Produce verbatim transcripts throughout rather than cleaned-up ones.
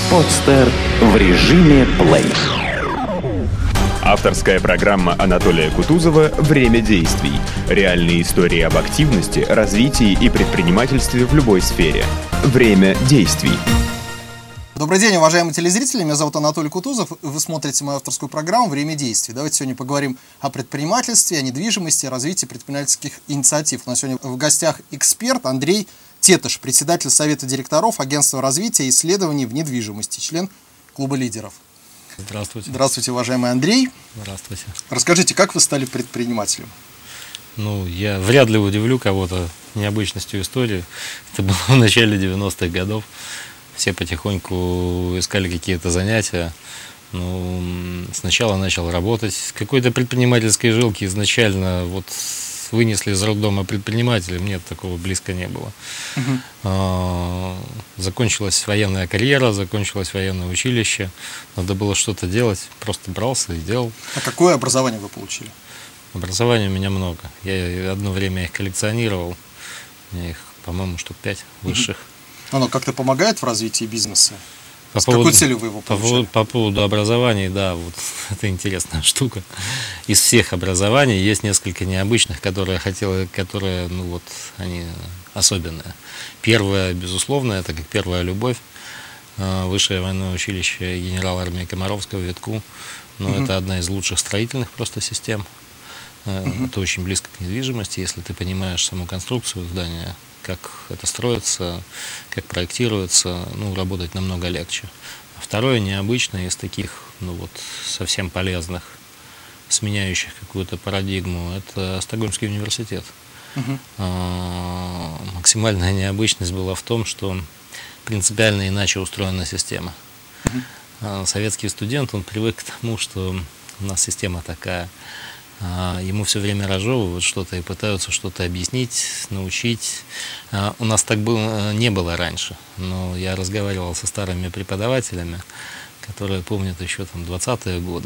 Подстер в режиме плей. Авторская программа Анатолия Кутузова «Время действий». Реальные истории об активности, развитии и предпринимательстве в любой сфере. Время действий. Добрый день, уважаемые телезрители. Меня зовут Анатолий Кутузов. Вы смотрите мою авторскую программу «Время действий». Давайте сегодня поговорим о предпринимательстве, о недвижимости, о развитии предпринимательских инициатив. У нас сегодня в гостях эксперт Андрей Тетыш, председатель Совета директоров Агентства развития и исследований в недвижимости, член Клуба лидеров. Здравствуйте. Здравствуйте, уважаемый Андрей. Здравствуйте. Расскажите, как вы стали предпринимателем? Ну, я вряд ли удивлю кого-то необычностью истории. Это было в начале девяностых годов. Все потихоньку искали какие-то занятия. Ну, сначала начал работать. Какой-то предпринимательской жилки изначально вот вынесли из роддома предпринимателей. Мне такого близко не было. Uh-huh. А, закончилась военная карьера, закончилось военное училище. Надо было что-то делать. Просто брался и делал. А какое образование вы получили? Образования у меня много. Я одно время их коллекционировал. У меня их, по-моему, штук пять высших. Uh-huh. Оно как-то помогает в развитии бизнеса? По С поводу, какой целью вы его получили? По, по поводу образования, да, вот это интересная штука. Из всех образований есть несколько необычных, которые я хотел, которые, ну вот, они особенные. Первое, безусловно, это как первая любовь. Высшее военное училище генерала армии Комаровского, ВИТКУ. Но угу. это одна из лучших строительных просто систем. Угу. Это очень близко к недвижимости, если ты понимаешь саму конструкцию здания, как это строится, как проектируется, ну, работать намного легче. А второе, необычное из таких, ну вот, совсем полезных, сменяющих какую-то парадигму, это Стокгольмский университет. Uh-huh. А, максимальная необычность была в том, что принципиально иначе устроена система. Uh-huh. А, советский студент, он привык к тому, что у нас система такая. Ему все время разжевывают что-то и пытаются что-то объяснить, научить. У нас так было, не было раньше, но я разговаривал со старыми преподавателями, которые помнят еще там двадцатые годы.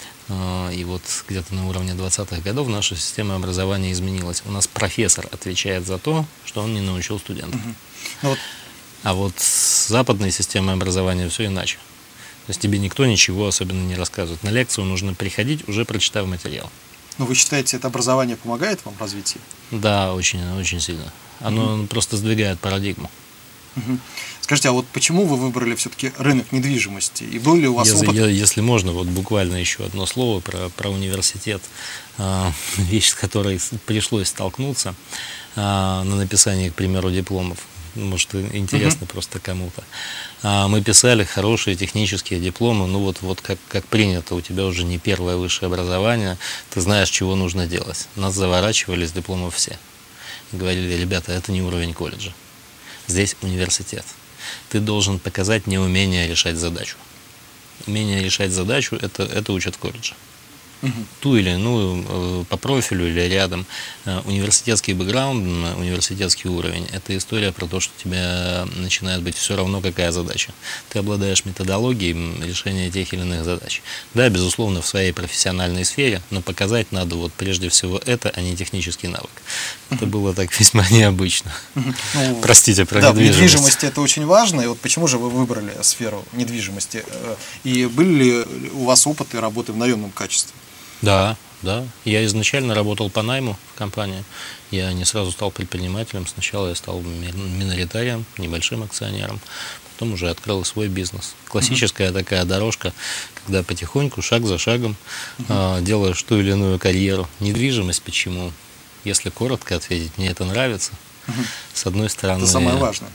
И вот где-то на уровне двадцатых годов наша система образования изменилась. У нас профессор отвечает за то, что он не научил студентов. Угу. Ну, вот. А вот с западной системой образования все иначе. То есть тебе никто ничего особенно не рассказывает. На лекцию нужно приходить, уже прочитав материал. Но вы считаете, это образование помогает вам в развитии? Да, очень, очень сильно. Оно угу. просто сдвигает парадигму. Угу. Скажите, а вот почему вы выбрали все-таки рынок недвижимости? И был ли у вас если, опыт? Если можно, вот буквально еще одно слово про, про университет. Вещь, с которой пришлось столкнуться на написании, к примеру, дипломов. Может, интересно uh-huh. просто кому-то. А, мы писали хорошие технические дипломы, ну вот, вот как, как принято, у тебя уже не первое высшее образование, ты знаешь, чего нужно делать. Нас заворачивали с дипломов все. И говорили, ребята, это не уровень колледжа. Здесь университет. Ты должен показать неумение решать задачу. Умение решать задачу, это, это учат в колледже. Угу. Ту или иную, по профилю или рядом. Университетский бэкграунд, университетский уровень – это история про то, что тебе начинает быть все равно, какая задача. Ты обладаешь методологией решения тех или иных задач. Да, безусловно, в своей профессиональной сфере, но показать надо вот прежде всего это, а не технический навык. Это угу. было так весьма необычно. Угу. Ну, простите, про да, недвижимость. Недвижимость – это очень важно. И вот почему же вы выбрали сферу недвижимости? И были ли у вас опыты работы в наемном качестве? Да, да. Я изначально работал по найму в компании. Я не сразу стал предпринимателем. Сначала я стал миноритарием, небольшим акционером. Потом уже открыл свой бизнес. Классическая uh-huh. такая дорожка, когда потихоньку, шаг за шагом uh-huh. э, делаешь ту или иную карьеру. Недвижимость почему? Если коротко ответить, мне это нравится. Uh-huh. С одной стороны... Это самое важное.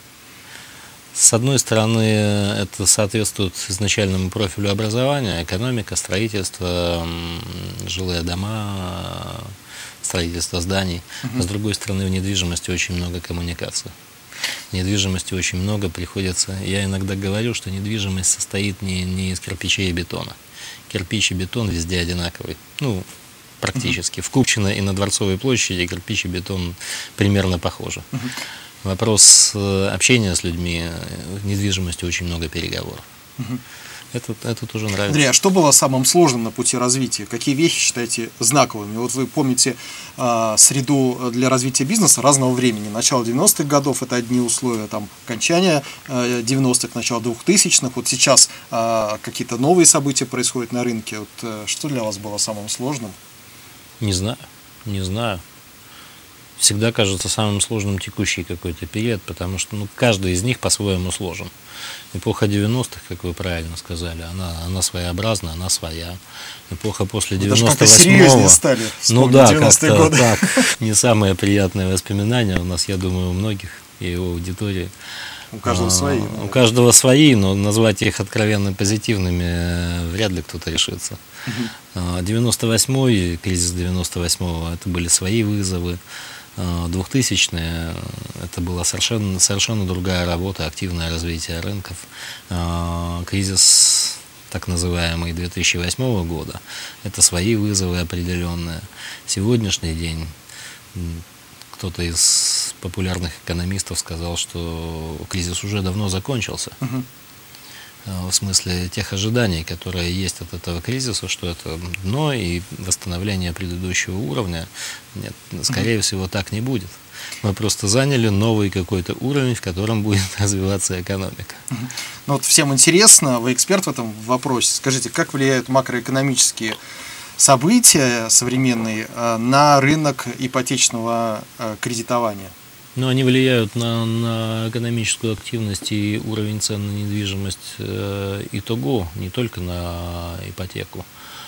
С одной стороны, это соответствует изначальному профилю образования, экономика, строительство, жилые дома, строительство зданий. Uh-huh. С другой стороны, в недвижимости очень много коммуникаций. В недвижимости очень много приходится... Я иногда говорю, что недвижимость состоит не, не из кирпичей и бетона. Кирпич и бетон везде одинаковый. Ну, практически. Uh-huh. В Купчино и на Дворцовой площади кирпич и бетон примерно похожи. Uh-huh. Вопрос общения с людьми, в недвижимости очень много переговоров. Угу. Это, это тоже нравится. Андрей, а что было самым сложным на пути развития? Какие вещи считаете знаковыми? Вот вы помните э, среду для развития бизнеса разного времени. Начало девяностых годов – это одни условия, там, окончание э, девяностых, начало двухтысячных. Вот сейчас э, какие-то новые события происходят на рынке. Вот, э, что для вас было самым сложным? Не знаю, не знаю. Всегда кажется самым сложным текущий какой-то период, потому что ну, каждый из них по-своему сложен. Эпоха девяностых, как вы правильно сказали, она, она своеобразна, она своя. Эпоха после девяносто восьмого... стали ну да, как-то годы. Так, не самые приятные воспоминания у нас, я думаю, у многих и у аудитории. У каждого а, свои. У каждого свои, но назвать их откровенно позитивными вряд ли кто-то решится. Угу. девяносто восьмой, кризис девяносто восьмого, это были свои вызовы. двухтысячные это была совершенно, совершенно другая работа, активное развитие рынков. Кризис так называемый две тысячи восьмого года, это свои вызовы определенные. Сегодняшний день кто-то из популярных экономистов сказал, что кризис уже давно закончился. Uh-huh. В смысле тех ожиданий, которые есть от этого кризиса, что это дно и восстановление предыдущего уровня. Нет, скорее uh-huh. всего, так не будет. Мы просто заняли новый какой-то уровень, в котором будет развиваться экономика. Uh-huh. Ну вот всем интересно, вы эксперт в этом вопросе. Скажите, как влияют макроэкономические события современные на рынок ипотечного кредитования? Ну, они влияют на, на экономическую активность и уровень цен на недвижимость э, итого, не только на ипотеку.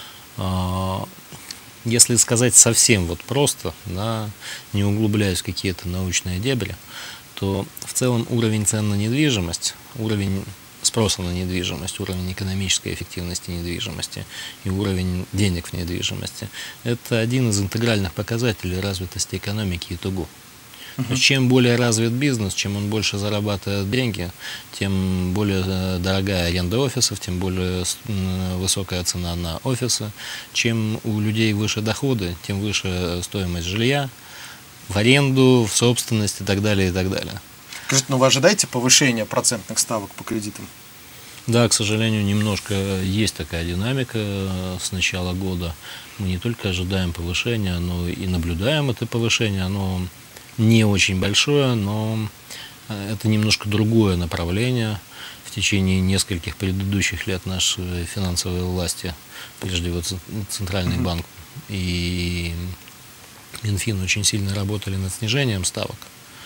А, если сказать совсем вот просто, да, не углубляясь в какие-то научные дебри, то в целом уровень цен на недвижимость, уровень спроса на недвижимость, уровень экономической эффективности недвижимости и уровень денег в недвижимости – это один из интегральных показателей развитости экономики итого. Uh-huh. То есть, чем более развит бизнес, чем он больше зарабатывает деньги, тем более дорогая аренда офисов, тем более высокая цена на офисы. Чем у людей выше доходы, тем выше стоимость жилья в аренду, в собственность и так далее, и так далее. Скажите, ну вы ожидаете повышения процентных ставок по кредитам? Да, к сожалению, немножко есть такая динамика с начала года. Мы не только ожидаем повышения, но и наблюдаем это повышение. Оно не очень большое, но это немножко другое направление. В течение нескольких предыдущих лет нашей финансовой власти, прежде вот Центральный mm-hmm. банк и Минфин очень сильно работали над снижением ставок.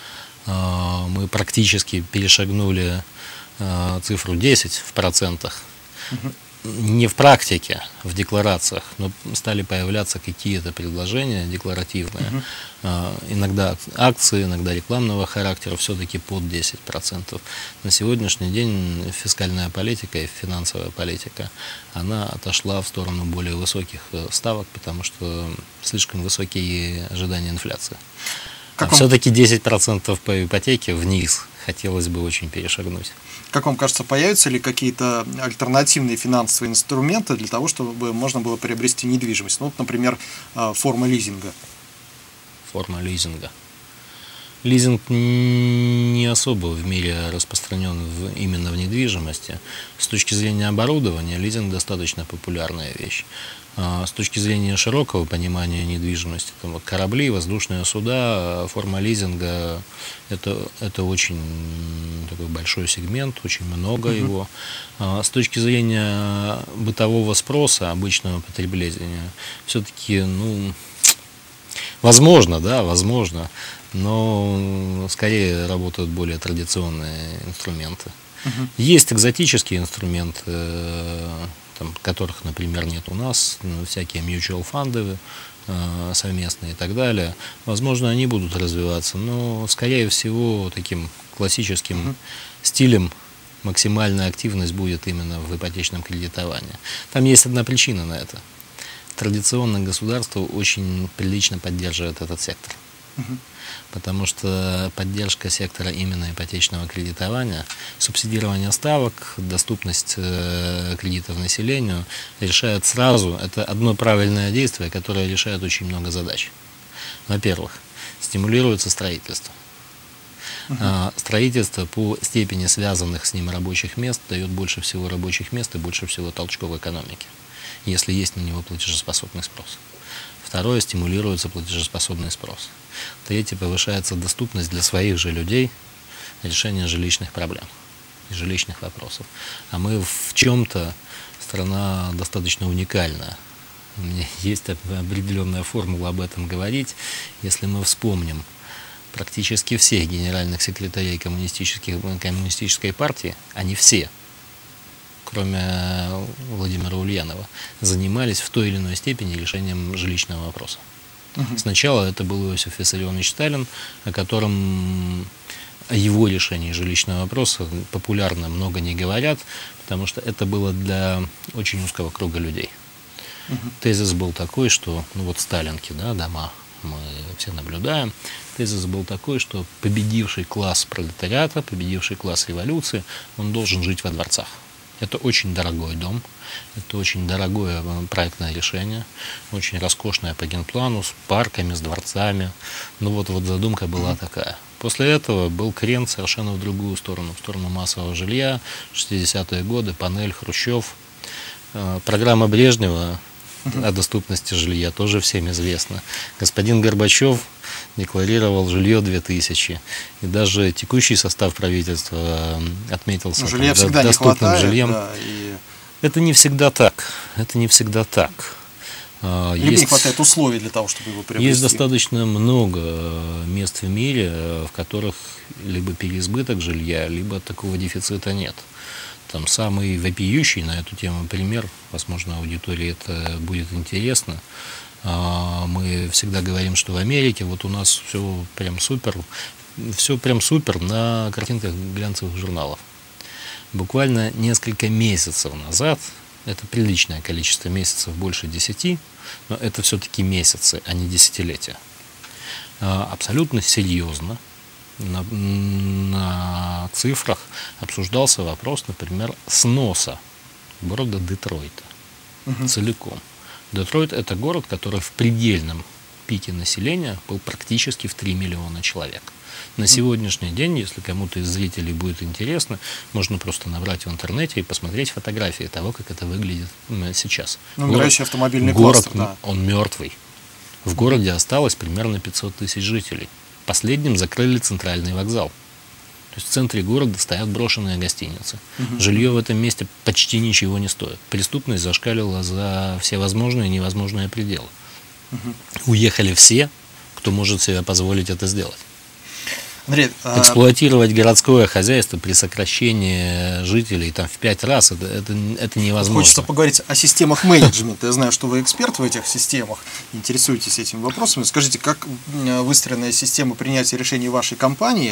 Мы практически перешагнули цифру десять в процентах. Угу. Не в практике, в декларациях, но стали появляться какие-то предложения декларативные. Угу. Иногда акции, иногда рекламного характера, все-таки под десять процентов. На сегодняшний день фискальная политика и финансовая политика, она отошла в сторону более высоких ставок, потому что слишком высокие ожидания инфляции. А вам... все-таки десять процентов по ипотеке вниз хотелось бы очень перешагнуть. Как вам кажется, появятся ли какие-то альтернативные финансовые инструменты для того, чтобы можно было приобрести недвижимость? Ну, вот, например, форма лизинга. Форма лизинга. Лизинг не особо в мире распространен в, именно в недвижимости. С точки зрения оборудования лизинг достаточно популярная вещь. А с точки зрения широкого понимания недвижимости, там, вот корабли, воздушные суда, форма лизинга это, это очень такой большой сегмент, очень много uh-huh. его. А с точки зрения бытового спроса, обычного потребления, все-таки, ну, возможно, да, возможно, но скорее работают более традиционные инструменты. Uh-huh. Есть экзотические инструменты, там, которых, например, нет у нас, ну, всякие mutual фанды э, совместные и так далее. Возможно, они будут развиваться, но, скорее всего, таким классическим uh-huh. стилем максимальная активность будет именно в ипотечном кредитовании. Там есть одна причина на это. Традиционно государство очень прилично поддерживает этот сектор. Uh-huh. Потому что поддержка сектора именно ипотечного кредитования, субсидирование ставок, доступность э, кредитов населению решает сразу. Это одно правильное действие, которое решает очень много задач. Во-первых, стимулируется строительство. Uh-huh. Строительство по степени связанных с ним рабочих мест дает больше всего рабочих мест и больше всего толчков в экономике, если есть на него платежеспособный спрос. Второе, стимулируется платежеспособный спрос. Третье, повышается доступность для своих же людей решения жилищных проблем и жилищных вопросов. А мы в чем-то страна достаточно уникальная. У меня есть определенная формула об этом говорить. Если мы вспомним практически всех генеральных секретарей коммунистической партии, они все, кроме Владимира Ульянова, занимались в той или иной степени решением жилищного вопроса. Угу. Сначала это был Иосиф Виссарионович Сталин, о котором о его решении жилищного вопроса популярно много не говорят, потому что это было для очень узкого круга людей. Угу. Тезис был такой, что, ну вот сталинки, да, дома, мы все наблюдаем. Тезис был такой, что победивший класс пролетариата, победивший класс революции, он должен жить во дворцах. Это очень дорогой дом, это очень дорогое проектное решение, очень роскошное по генплану, с парками, с дворцами. Ну вот, вот задумка была такая. После этого был крен совершенно в другую сторону, в сторону массового жилья, шестидесятые годы, панель, Хрущев. Программа Брежнева о доступности жилья тоже всем известна. Господин Горбачев декларировал жилье две тысячи. И даже текущий состав правительства отметился жилья там, всегда доступным не хватает, жильем. Да, и... Это не всегда так. Это не всегда так. Либо есть, не хватает условий для того, чтобы его приобрести. Есть достаточно много мест в мире, в которых либо переизбыток жилья, либо такого дефицита нет. Там самый вопиющий на эту тему пример, возможно, аудитории это будет интересно. Мы всегда говорим, что в Америке вот у нас все прям супер, все прям супер на картинках глянцевых журналов. Буквально несколько месяцев назад, это приличное количество месяцев, больше десяти, но это все-таки месяцы, а не десятилетия. Абсолютно серьезно на, на цифрах обсуждался вопрос, например, сноса города Детройта угу. целиком. Детройт – это город, который в предельном пике населения был практически в три миллиона человек. На сегодняшний день, если кому-то из зрителей будет интересно, можно просто набрать в интернете и посмотреть фотографии того, как это выглядит сейчас. Ну, город, автомобильный город кластер, да. Он мертвый. В городе осталось примерно пятьсот тысяч жителей. Последним закрыли центральный вокзал. То есть в центре города стоят брошенные гостиницы. Угу. Жилье в этом месте почти ничего не стоит. Преступность зашкалила за все возможные и невозможные пределы. Угу. Уехали все, кто может себе позволить это сделать. Андрей, эксплуатировать а... городское хозяйство при сокращении жителей там, в пять раз это, это, это невозможно. Хочется поговорить о системах менеджмента. Я знаю, что вы эксперт в этих системах, интересуетесь этими вопросами. Скажите, как выстроена система принятия решений вашей компании?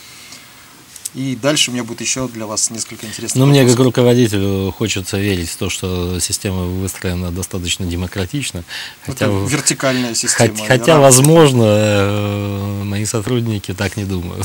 И дальше у меня будет еще для вас несколько интересных Ну, вопросов. мне как руководителю хочется верить в то, что система выстроена достаточно демократично. Хотя, Это вертикальная система. Хотя, хотя возможно, мои сотрудники так не думают.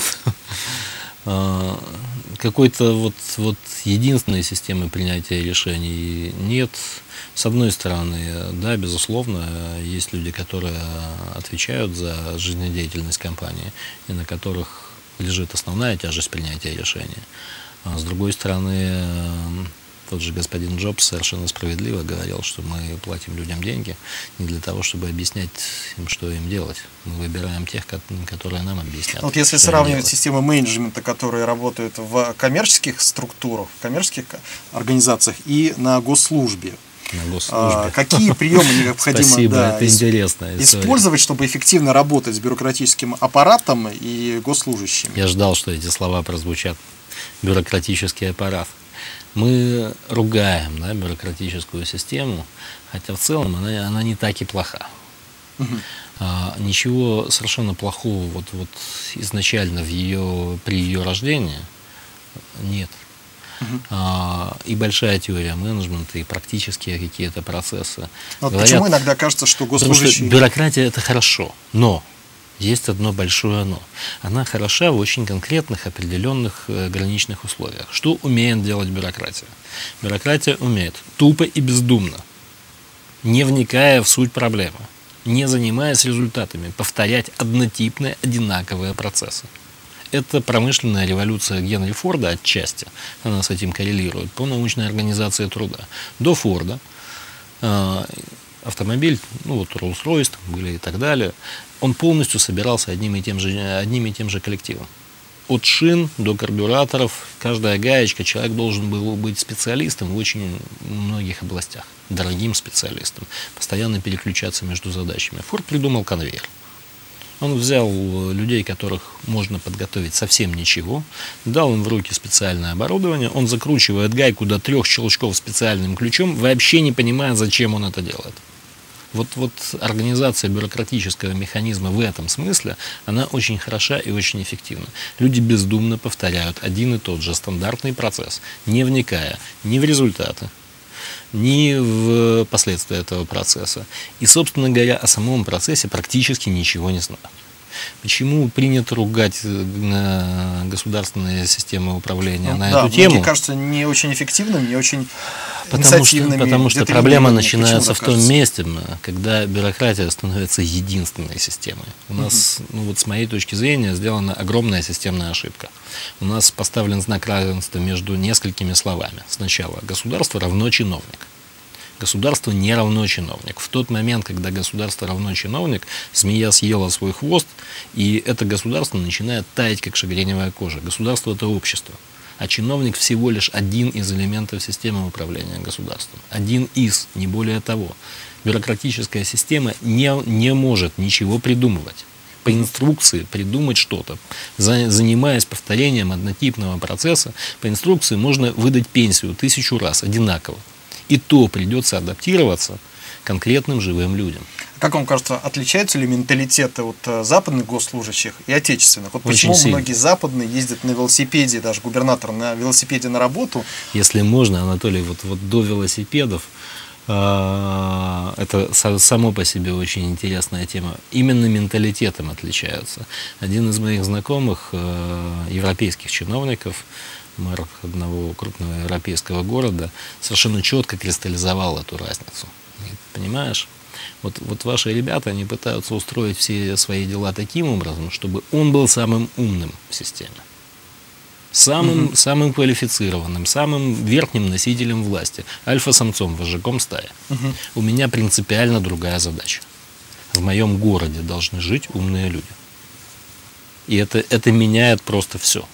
Какой-то вот, вот единственной системы принятия решений нет. С одной стороны, да, безусловно, есть люди, которые отвечают за жизнедеятельность компании и на которых лежит основная тяжесть принятия решения. А с другой стороны, тот же господин Джобс совершенно справедливо говорил, что мы платим людям деньги не для того, чтобы объяснять им, что им делать. Мы выбираем тех, которые нам объяснят. Вот если сравнивать системы менеджмента, которые работают в коммерческих структурах, в коммерческих организациях и на госслужбе, на госслужбе. А, какие приемы необходимо Спасибо, да, это интересная использовать, чтобы эффективно работать с бюрократическим аппаратом и госслужащими? Я ждал, что эти слова прозвучат. Бюрократический аппарат. Мы ругаем да, бюрократическую систему, хотя в целом она, она не так и плоха. Угу. А, ничего совершенно плохого вот, вот изначально в ее, при ее рождении нет. Uh-huh. А, и большая теория менеджмента, и практические какие-то процессы. Вот говорят, почему иногда кажется, что госслужащие... Потому что бюрократия – это хорошо, но есть одно большое но. Она хороша в очень конкретных, определенных э, граничных условиях. Что умеет делать бюрократия? Бюрократия умеет тупо и бездумно, не вникая в суть проблемы, не занимаясь результатами, повторять однотипные, одинаковые процессы. это промышленная революция Генри Форда отчасти, она с этим коррелирует, по научной организации труда. До Форда э, автомобиль, ну вот Rolls-Royce были и так далее, он полностью собирался одним и тем же, одним и тем же коллективом. От шин до карбюраторов, каждая гаечка, человек должен был быть специалистом в очень многих областях, дорогим специалистом, постоянно переключаться между задачами. Форд придумал конвейер. Он взял людей, которых можно подготовить совсем ничего, дал им в руки специальное оборудование, он закручивает гайку до трех щелчков специальным ключом, вообще не понимая, зачем он это делает. Вот, вот организация бюрократического механизма в этом смысле, она очень хороша и очень эффективна. Люди бездумно повторяют один и тот же стандартный процесс, не вникая ни в результаты, ни в последствия этого процесса. И, собственно говоря, о самом процессе практически ничего не знают. Почему принято ругать на государственные системы управления ну, на да, эту тему? Мне кажется, не очень эффективными, не очень потому что, потому что проблема начинается в том кажется? месте, когда бюрократия становится единственной системой. У угу. нас, ну вот с моей точки зрения, сделана огромная системная ошибка. У нас поставлен знак равенства между несколькими словами. Сначала государство равно чиновник. Государство не равно чиновник. В тот момент, когда государство равно чиновник, змея съела свой хвост, и это государство начинает таять, как шагреневая кожа. Государство – это общество. А чиновник всего лишь один из элементов системы управления государством. Один из, не более того. Бюрократическая система не, не может ничего придумывать. По инструкции придумать что-то. Занимаясь повторением однотипного процесса, по инструкции можно выдать пенсию тысячу раз одинаково. И то придется адаптироваться конкретным живым людям. Как вам кажется, отличаются ли менталитеты от западных госслужащих и отечественных? Вот почему сильно. Многие западные ездят на велосипеде, даже губернатор на велосипеде на работу? Если можно, Анатолий, вот, вот до велосипедов, э, это само по себе очень интересная тема. Именно менталитетом отличаются. Один из моих знакомых, э, европейских чиновников, мэр одного крупного европейского города, совершенно четко кристаллизовал эту разницу. Понимаешь? Вот, вот ваши ребята, они пытаются устроить все свои дела таким образом, чтобы он был самым умным в системе. Самым, угу. самым квалифицированным, самым верхним носителем власти, альфа-самцом, вожаком стаи. Угу. У меня принципиально другая задача. В моем городе должны жить умные люди. И это, это меняет просто все.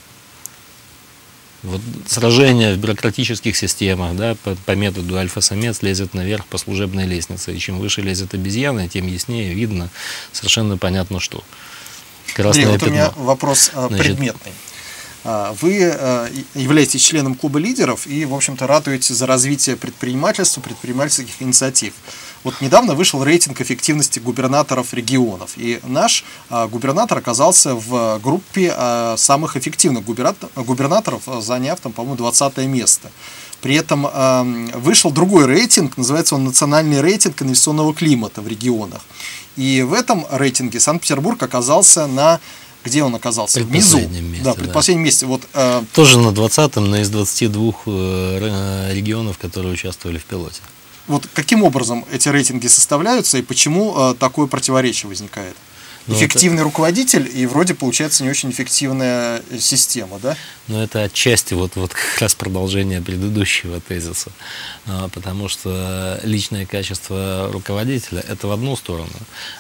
Вот сражение в бюрократических системах, да, по, по методу альфа-самец лезет наверх по служебной лестнице. И чем выше лезет обезьяна, тем яснее видно, совершенно понятно что. Красное Андрей, вот пятно. у меня вопрос Значит, предметный. Вы являетесь членом клуба лидеров и, в общем-то, ратуете за развитие предпринимательства, предпринимательских инициатив. Вот недавно вышел рейтинг эффективности губернаторов регионов, и наш губернатор оказался в группе самых эффективных губернаторов, заняв там, по-моему, двадцатое место. При этом вышел другой рейтинг, называется он «Национальный рейтинг инвестиционного климата в регионах». И в этом рейтинге Санкт-Петербург оказался на... Где он оказался? Внизу. Месте, да, в предпоследнем да. месте. Вот, э... Тоже на двадцатом, но из двадцати двух регионов, которые участвовали в пилоте. Вот каким образом эти рейтинги составляются и почему э, такое противоречие возникает? Ну, эффективный это... руководитель и вроде получается не очень эффективная система, да? Ну, это отчасти вот, вот как раз продолжение предыдущего тезиса, а, потому что личное качество руководителя – это в одну сторону,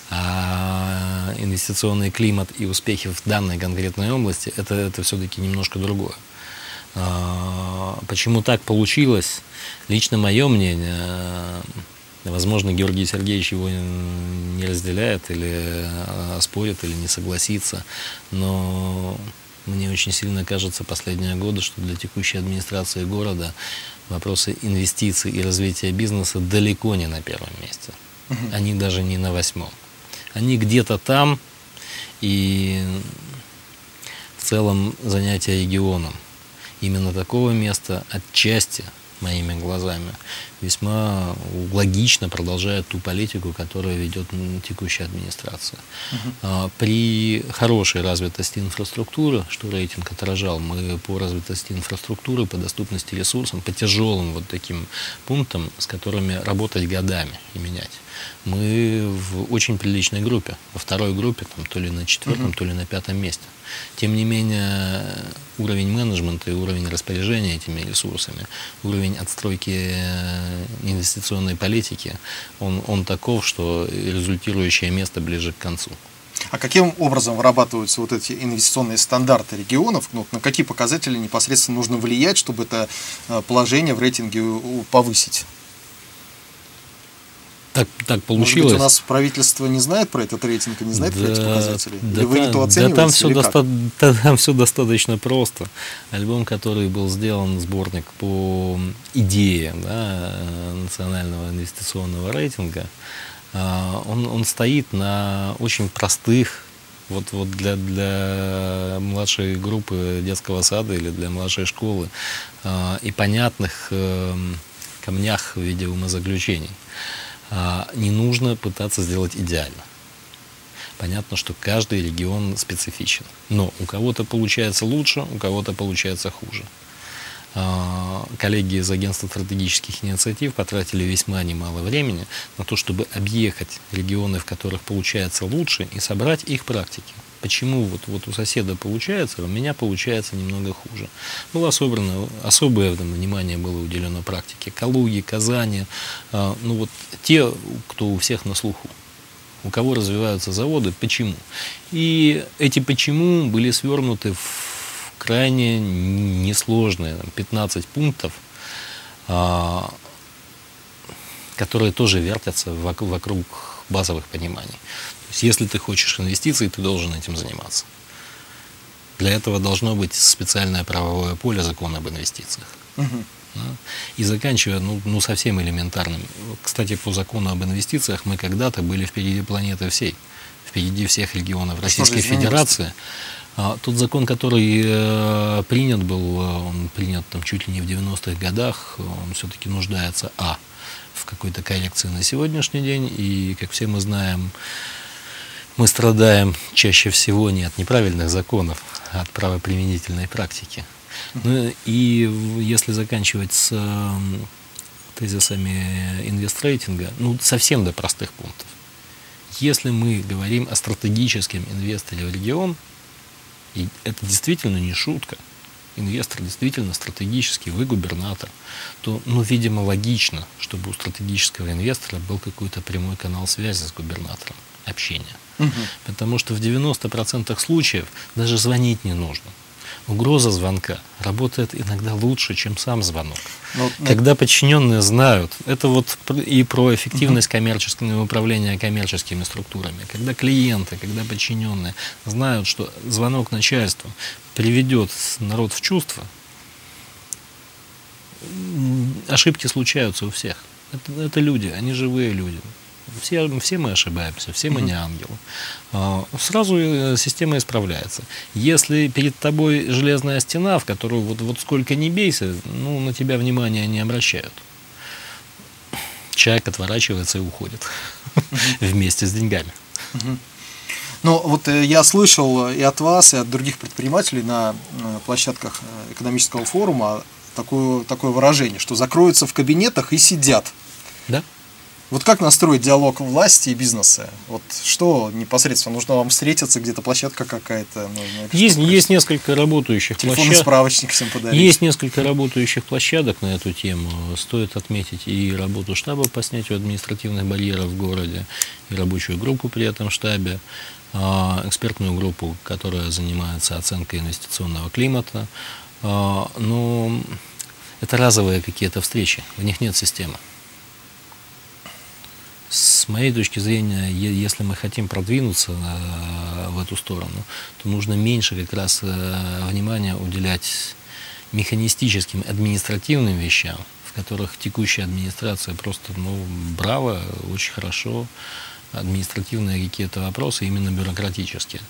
а инвестиционный климат и успехи в данной конкретной области – это, это все-таки немножко другое. А, почему так получилось? Лично мое мнение – возможно, Георгий Сергеевич его не разделяет или оспорит, или не согласится, но мне очень сильно кажется последние годы, что для текущей администрации города вопросы инвестиций и развития бизнеса далеко не на первом месте. Угу. Они даже не на восьмом. Они где-то там, и в целом занятие регионом именно такого места отчасти моими глазами, весьма логично продолжает ту политику, которую ведет текущая администрация. Uh-huh. При хорошей развитости инфраструктуры, что рейтинг отражал, мы по развитости инфраструктуры, по доступности ресурсам, по тяжелым вот таким пунктам, с которыми работать годами и менять, мы в очень приличной группе. Во второй группе, там, то ли на четвертом, uh-huh. то ли на пятом месте. Тем не менее, уровень менеджмента и уровень распоряжения этими ресурсами, уровень отстройки инвестиционной политики, он, он таков, что результирующее место ближе к концу. А каким образом вырабатываются вот эти инвестиционные стандарты регионов? Ну, на какие показатели непосредственно нужно влиять, чтобы это положение в рейтинге повысить? Так, так получилось. Может быть, у нас правительство не знает про этот рейтинг и не знает да, про эти показатели? Да, или вы там, не то оцениваете? Да там все, доста- да, там все достаточно просто. Альбом, который был сделан, сборник по идее, да, национального инвестиционного рейтинга, он, он стоит на очень простых, вот, вот для, для младшей группы детского сада или для младшей школы и понятных камнях в виде умозаключений. Не нужно пытаться сделать идеально. Понятно, что каждый регион специфичен. Но у кого-то получается лучше, у кого-то получается хуже. Коллеги из Агентства стратегических инициатив потратили весьма немало времени на то, чтобы объехать регионы, в которых получается лучше, и собрать их практики. Почему вот, вот у соседа получается, а у меня получается немного хуже. Было собрано, особое внимание было уделено практике. Калуги, Казани, э, ну вот те, кто у всех на слуху. У кого развиваются заводы, почему. И эти почему были свернуты в крайне несложные пятнадцать пунктов, э, которые тоже вертятся вокруг, вокруг базовых пониманий. То есть, если ты хочешь инвестиций, ты должен этим заниматься. Для этого должно быть специальное правовое поле закона об инвестициях. Uh-huh. Да? И заканчивая ну, ну, совсем элементарным. Кстати, по закону об инвестициях мы когда-то были впереди планеты всей, впереди всех регионов Российской Федерации. А, тот закон, который э, принят был, он принят там, чуть ли не в девяностых годах, он все-таки нуждается, а, в какой-то коррекции на сегодняшний день, и, как все мы знаем, мы страдаем чаще всего не от неправильных законов, а от правоприменительной практики. Ну, и если заканчивать с э, тезисами инвестрейтинга, ну, совсем до простых пунктов. Если мы говорим о стратегическом инвесторе в регион, и это действительно не шутка, инвестор действительно стратегический, вы губернатор, то, ну, видимо, логично, чтобы у стратегического инвестора был какой-то прямой канал связи с губернатором, общения. Угу. Потому что в девяноста процентах случаев даже звонить не нужно. Угроза звонка работает иногда лучше, чем сам звонок. Ну, когда подчиненные знают, это вот и про эффективность коммерческого управления коммерческими структурами. Когда клиенты, когда подчиненные знают, что звонок начальству приведет народ в чувство, ошибки случаются у всех. Это, это люди, они живые люди. Все, все мы ошибаемся, все мы не ангелы. Сразу система исправляется. Если перед тобой железная стена, в которую вот, вот сколько ни бейся, ну, на тебя внимания не обращают. Человек отворачивается и уходит вместе с деньгами. Ну, вот я слышал и от вас, и от других предпринимателей на площадках экономического форума такое, такое выражение, что закроются в кабинетах и сидят. Да. Вот как настроить диалог власти и бизнеса? Вот что непосредственно? Нужно вам встретиться, где-то площадка какая-то? Есть, есть несколько работающих площадок. Телефонный справочник всем подарить. Есть несколько работающих площадок на эту тему. Стоит отметить и работу штаба по снятию административных барьеров в городе, и рабочую группу при этом штабе, экспертную группу, которая занимается оценкой инвестиционного климата. Но это разовые какие-то встречи, в них нет системы. С моей точки зрения, если мы хотим продвинуться в эту сторону, то нужно меньше как раз внимания уделять механистическим административным вещам, в которых текущая администрация просто, ну, браво, очень хорошо, административные какие-то вопросы, именно бюрократические.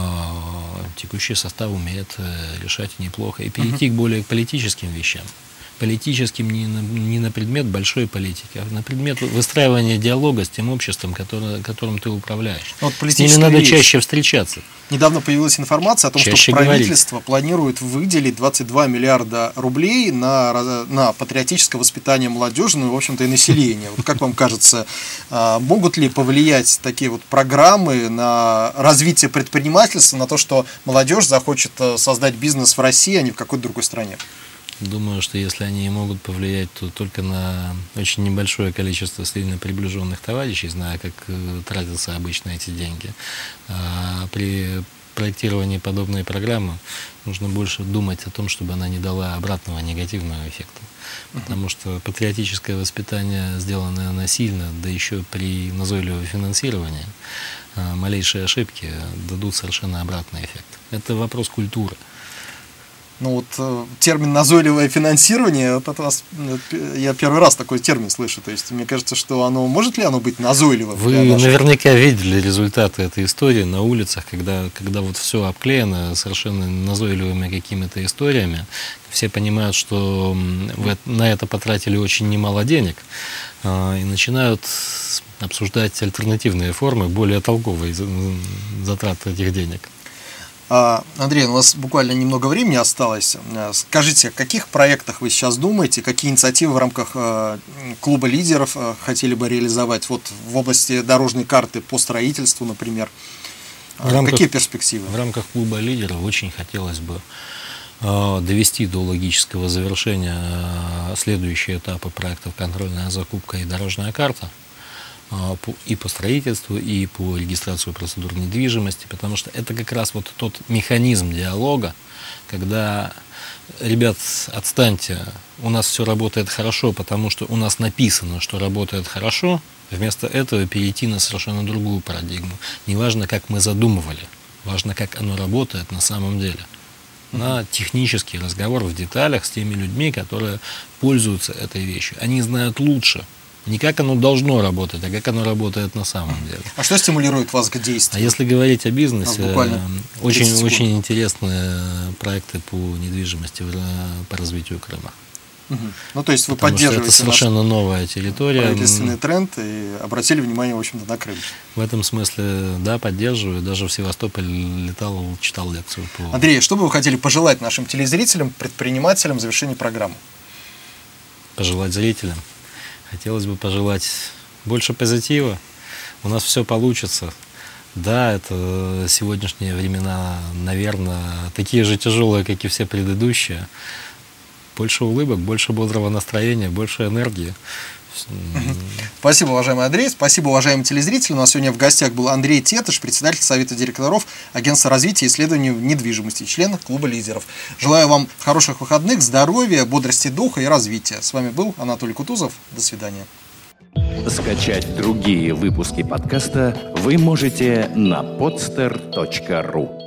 Текущий состав умеет решать неплохо. И перейти к более политическим вещам. политическим не на, не на предмет большой политики, а на предмет выстраивания диалога с тем обществом, которое, которым ты управляешь. Вот с ними надо вещь. чаще встречаться. Недавно появилась информация о том, чаще что правительство говорить. планирует выделить двадцать два миллиарда рублей на, на патриотическое воспитание молодежи, ну и, в общем-то, и населения. Вот как вам кажется, могут ли повлиять такие вот программы на развитие предпринимательства, на то, что молодежь захочет создать бизнес в России, а не в какой-то другой стране? Думаю, что если они могут повлиять, то только на очень небольшое количество сильно приближенных товарищей, зная, как тратятся обычно эти деньги. А при проектировании подобной программы нужно больше думать о том, чтобы она не дала обратного негативного эффекта. Потому что патриотическое воспитание, сделанное насильно, да еще при назойливом финансировании, малейшие ошибки дадут совершенно обратный эффект. Это вопрос культуры. Ну вот э, термин «назойливое финансирование», вот это вас, я первый раз такой термин слышу. То есть мне кажется, что оно может ли оно быть назойливым? Вы наверняка видели результаты этой истории на улицах, когда, когда вот все обклеено совершенно назойливыми какими-то историями. Все понимают, что вы на это потратили очень немало денег, и начинают обсуждать альтернативные формы, более толковые затраты этих денег. Андрей, у нас буквально немного времени осталось. Скажите, о каких проектах вы сейчас думаете, какие инициативы в рамках клуба лидеров хотели бы реализовать вот в области дорожной карты по строительству, например? В рамках, какие перспективы? В рамках клуба лидеров очень хотелось бы довести до логического завершения следующие этапы проектов «Контрольная закупка» и «Дорожная карта». И по строительству, и по регистрации процедур недвижимости, потому что это как раз вот тот механизм диалога, когда, ребят, отстаньте, у нас все работает хорошо, потому что у нас написано, что работает хорошо, вместо этого перейти на совершенно другую парадигму. Не важно, как мы задумывали, важно, как оно работает на самом деле. На технический разговор в деталях с теми людьми, которые пользуются этой вещью. Они знают лучше. Не как оно должно работать, а как оно работает на самом деле. А что стимулирует вас к действию? А если говорить о бизнесе, очень, очень интересные проекты по недвижимости, по развитию Крыма. Угу. Ну, то есть вы Потому поддерживаете это совершенно новая территория. Правительственный тренд и обратили внимание, в общем-то, на Крым. В этом смысле, да, поддерживаю. Даже в Севастополь летал, читал лекцию по... Андрей, что бы вы хотели пожелать нашим телезрителям, предпринимателям в завершении программы? Пожелать зрителям? Хотелось бы пожелать больше позитива. У нас все получится. Да, это сегодняшние времена, наверное, такие же тяжелые, как и все предыдущие. Больше улыбок, больше бодрого настроения, больше энергии. Спасибо, уважаемый Андрей. Спасибо, уважаемые телезрители. У нас сегодня в гостях был Андрей Тетыш, председатель Совета директоров Агентства развития и исследований недвижимости, член клуба лидеров. Желаю вам хороших выходных, здоровья, бодрости духа и развития. С вами был Анатолий Кутузов. До свидания. Скачать другие выпуски подкаста вы можете на podster точка ру.